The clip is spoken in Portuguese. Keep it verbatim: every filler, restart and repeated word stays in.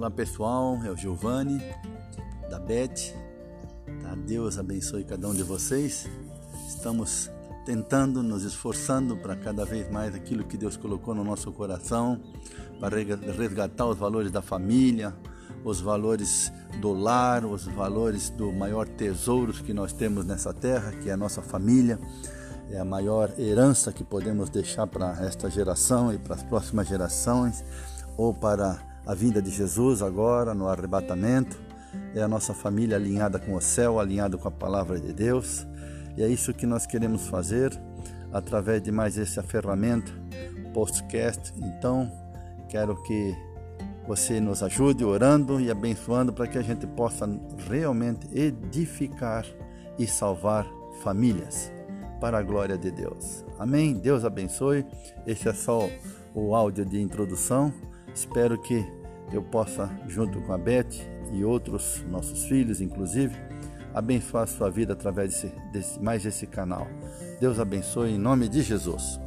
Olá pessoal, é o Giovanni da Beth. Tá? Deus abençoe cada um de vocês. Estamos tentando, nos esforçando para cada vez mais aquilo que Deus colocou no nosso coração, para resgatar os valores da família, os valores do lar, os valores do maior tesouro que nós temos nessa terra, que é a nossa família. É a maior herança que podemos deixar para esta geração e para as próximas gerações, ou para a vinda de Jesus agora, no arrebatamento. É a nossa família alinhada com o céu, alinhada com a palavra de Deus. E é isso que nós queremos fazer através de mais essa ferramenta, podcast. Então, quero que você nos ajude orando e abençoando para que a gente possa realmente edificar e salvar famílias para a glória de Deus. Amém? Deus abençoe. Esse é só o áudio de introdução. Espero que eu possa, junto com a Beth e outros nossos filhos, inclusive, abençoar a sua vida através desse, desse, mais desse canal. Deus abençoe em nome de Jesus.